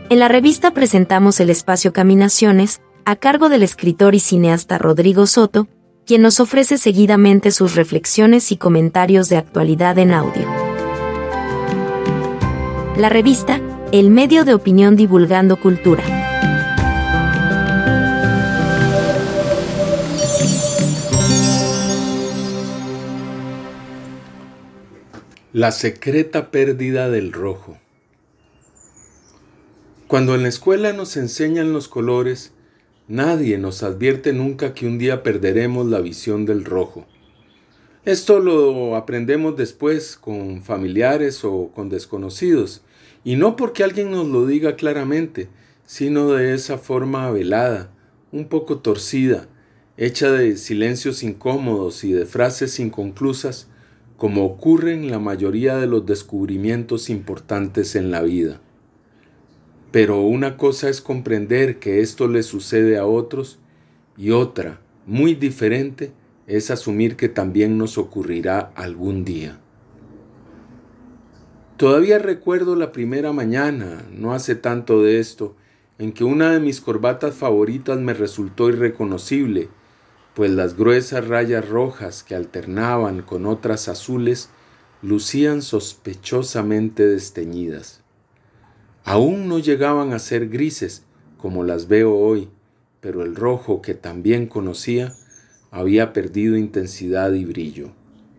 En la revista presentamos el espacio Caminaciones, a cargo del escritor y cineasta Rodrigo Soto, quien nos ofrece seguidamente sus reflexiones y comentarios de actualidad en audio. La revista, el medio de opinión divulgando cultura. La secreta pérdida del rojo. Cuando en la escuela nos enseñan los colores, nadie nos advierte nunca que un día perderemos la visión del rojo. Esto lo aprendemos después con familiares o con desconocidos, y no porque alguien nos lo diga claramente, sino de esa forma velada, un poco torcida, hecha de silencios incómodos y de frases inconclusas, como ocurre en la mayoría de los descubrimientos importantes en la vida. Pero una cosa es comprender que esto le sucede a otros y otra, muy diferente, es asumir que también nos ocurrirá algún día. Todavía recuerdo la primera mañana, no hace tanto de esto, en que una de mis corbatas favoritas me resultó irreconocible, pues las gruesas rayas rojas que alternaban con otras azules lucían sospechosamente desteñidas. Aún no llegaban a ser grises como las veo hoy, pero el rojo que también conocía había perdido intensidad y brillo.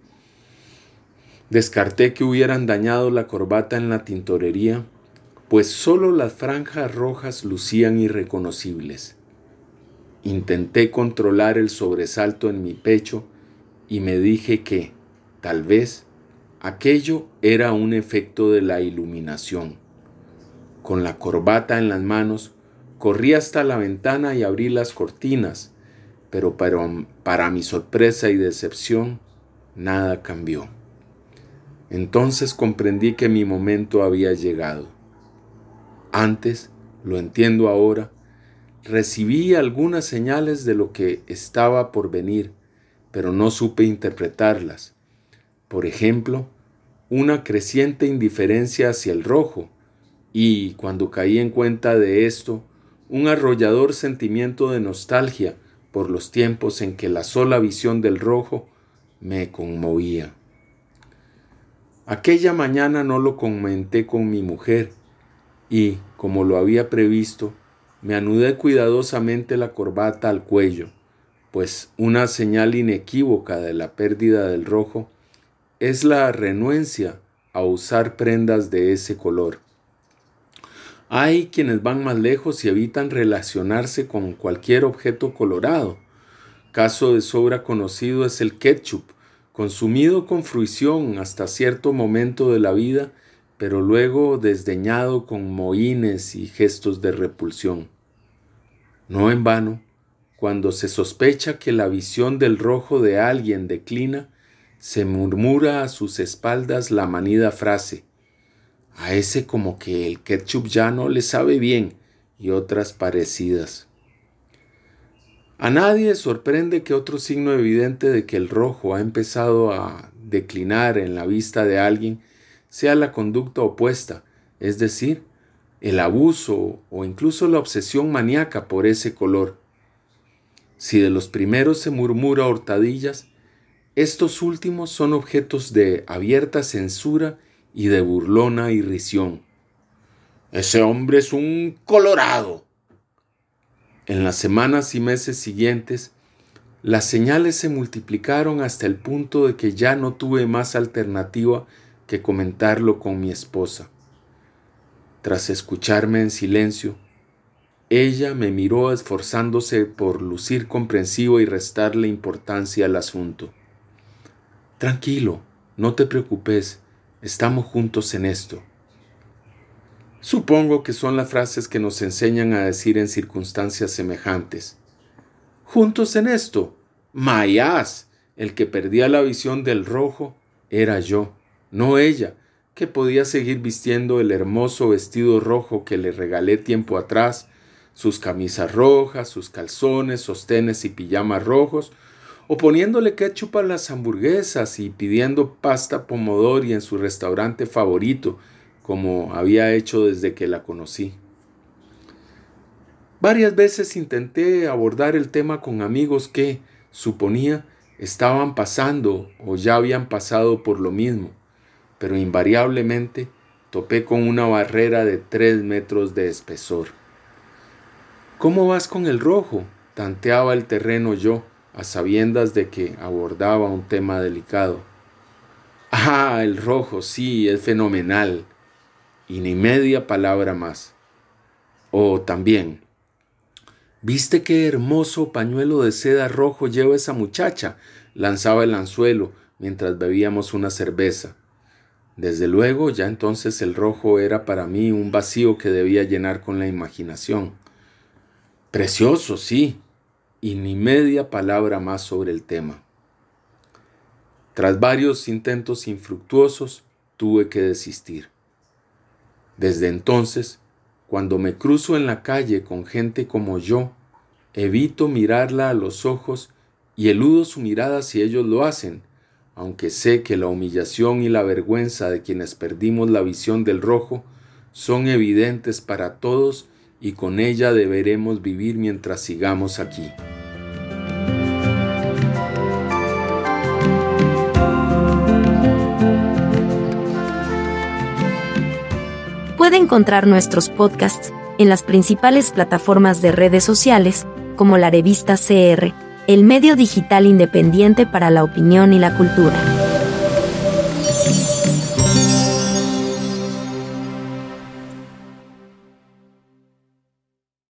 Descarté que hubieran dañado la corbata en la tintorería, pues solo las franjas rojas lucían irreconocibles. Intenté controlar el sobresalto en mi pecho y me dije que, tal vez, aquello era un efecto de la iluminación. Con la corbata en las manos, corrí hasta la ventana y abrí las cortinas, pero para mi sorpresa y decepción, nada cambió. Entonces comprendí que mi momento había llegado. Antes, lo entiendo ahora, recibí algunas señales de lo que estaba por venir, pero no supe interpretarlas. Por ejemplo, una creciente indiferencia hacia el rojo y, cuando caí en cuenta de esto, un arrollador sentimiento de nostalgia por los tiempos en que la sola visión del rojo me conmovía. Aquella mañana no lo comenté con mi mujer y, como lo había previsto, me anudé cuidadosamente la corbata al cuello, pues una señal inequívoca de la pérdida del rojo es la renuencia a usar prendas de ese color. Hay quienes van más lejos y evitan relacionarse con cualquier objeto colorado. Caso de sobra conocido es el ketchup, consumido con fruición hasta cierto momento de la vida, pero luego desdeñado con mohínes y gestos de repulsión. No en vano, cuando se sospecha que la visión del rojo de alguien declina, se murmura a sus espaldas la manida frase: a ese como que el ketchup ya no le sabe bien, y otras parecidas. A nadie sorprende que otro signo evidente de que el rojo ha empezado a declinar en la vista de alguien sea la conducta opuesta, es decir, el abuso o incluso la obsesión maníaca por ese color. Si de los primeros se murmura a hurtadillas, estos últimos son objetos de abierta censura y de burlona irrisión. «Ese hombre es un colorado». En las semanas y meses siguientes, las señales se multiplicaron hasta el punto de que ya no tuve más alternativa que comentarlo con mi esposa. Tras escucharme en silencio, ella me miró esforzándose por lucir comprensivo y restarle importancia al asunto. «Tranquilo, no te preocupes, estamos juntos en esto». Supongo que son las frases que nos enseñan a decir en circunstancias semejantes. «¿Juntos en esto? ¡Mayas!». El que perdía la visión del rojo era yo, no ella, que podía seguir vistiendo el hermoso vestido rojo que le regalé tiempo atrás, sus camisas rojas, sus calzones, sostenes y pijamas rojos, o poniéndole ketchup a las hamburguesas y pidiendo pasta pomodori en su restaurante favorito, como había hecho desde que la conocí. Varias veces intenté abordar el tema con amigos que, suponía, estaban pasando o ya habían pasado por lo mismo, pero invariablemente topé con una barrera de 3 metros de espesor. ¿Cómo vas con el rojo?, tanteaba el terreno yo, a sabiendas de que abordaba un tema delicado. Ah, el rojo, sí, es fenomenal. Y ni media palabra más. O también, ¿viste qué hermoso pañuelo de seda rojo lleva esa muchacha?, lanzaba el anzuelo mientras bebíamos una cerveza. Desde luego, ya entonces el rojo era para mí un vacío que debía llenar con la imaginación. Precioso, sí, y ni media palabra más sobre el tema. Tras varios intentos infructuosos, tuve que desistir. Desde entonces, cuando me cruzo en la calle con gente como yo, evito mirarla a los ojos y eludo su mirada si ellos lo hacen, aunque sé que la humillación y la vergüenza de quienes perdimos la visión del rojo son evidentes para todos y con ella deberemos vivir mientras sigamos aquí. Puede encontrar nuestros podcasts en las principales plataformas de redes sociales, como la revista CR, el medio digital independiente para la opinión y la cultura.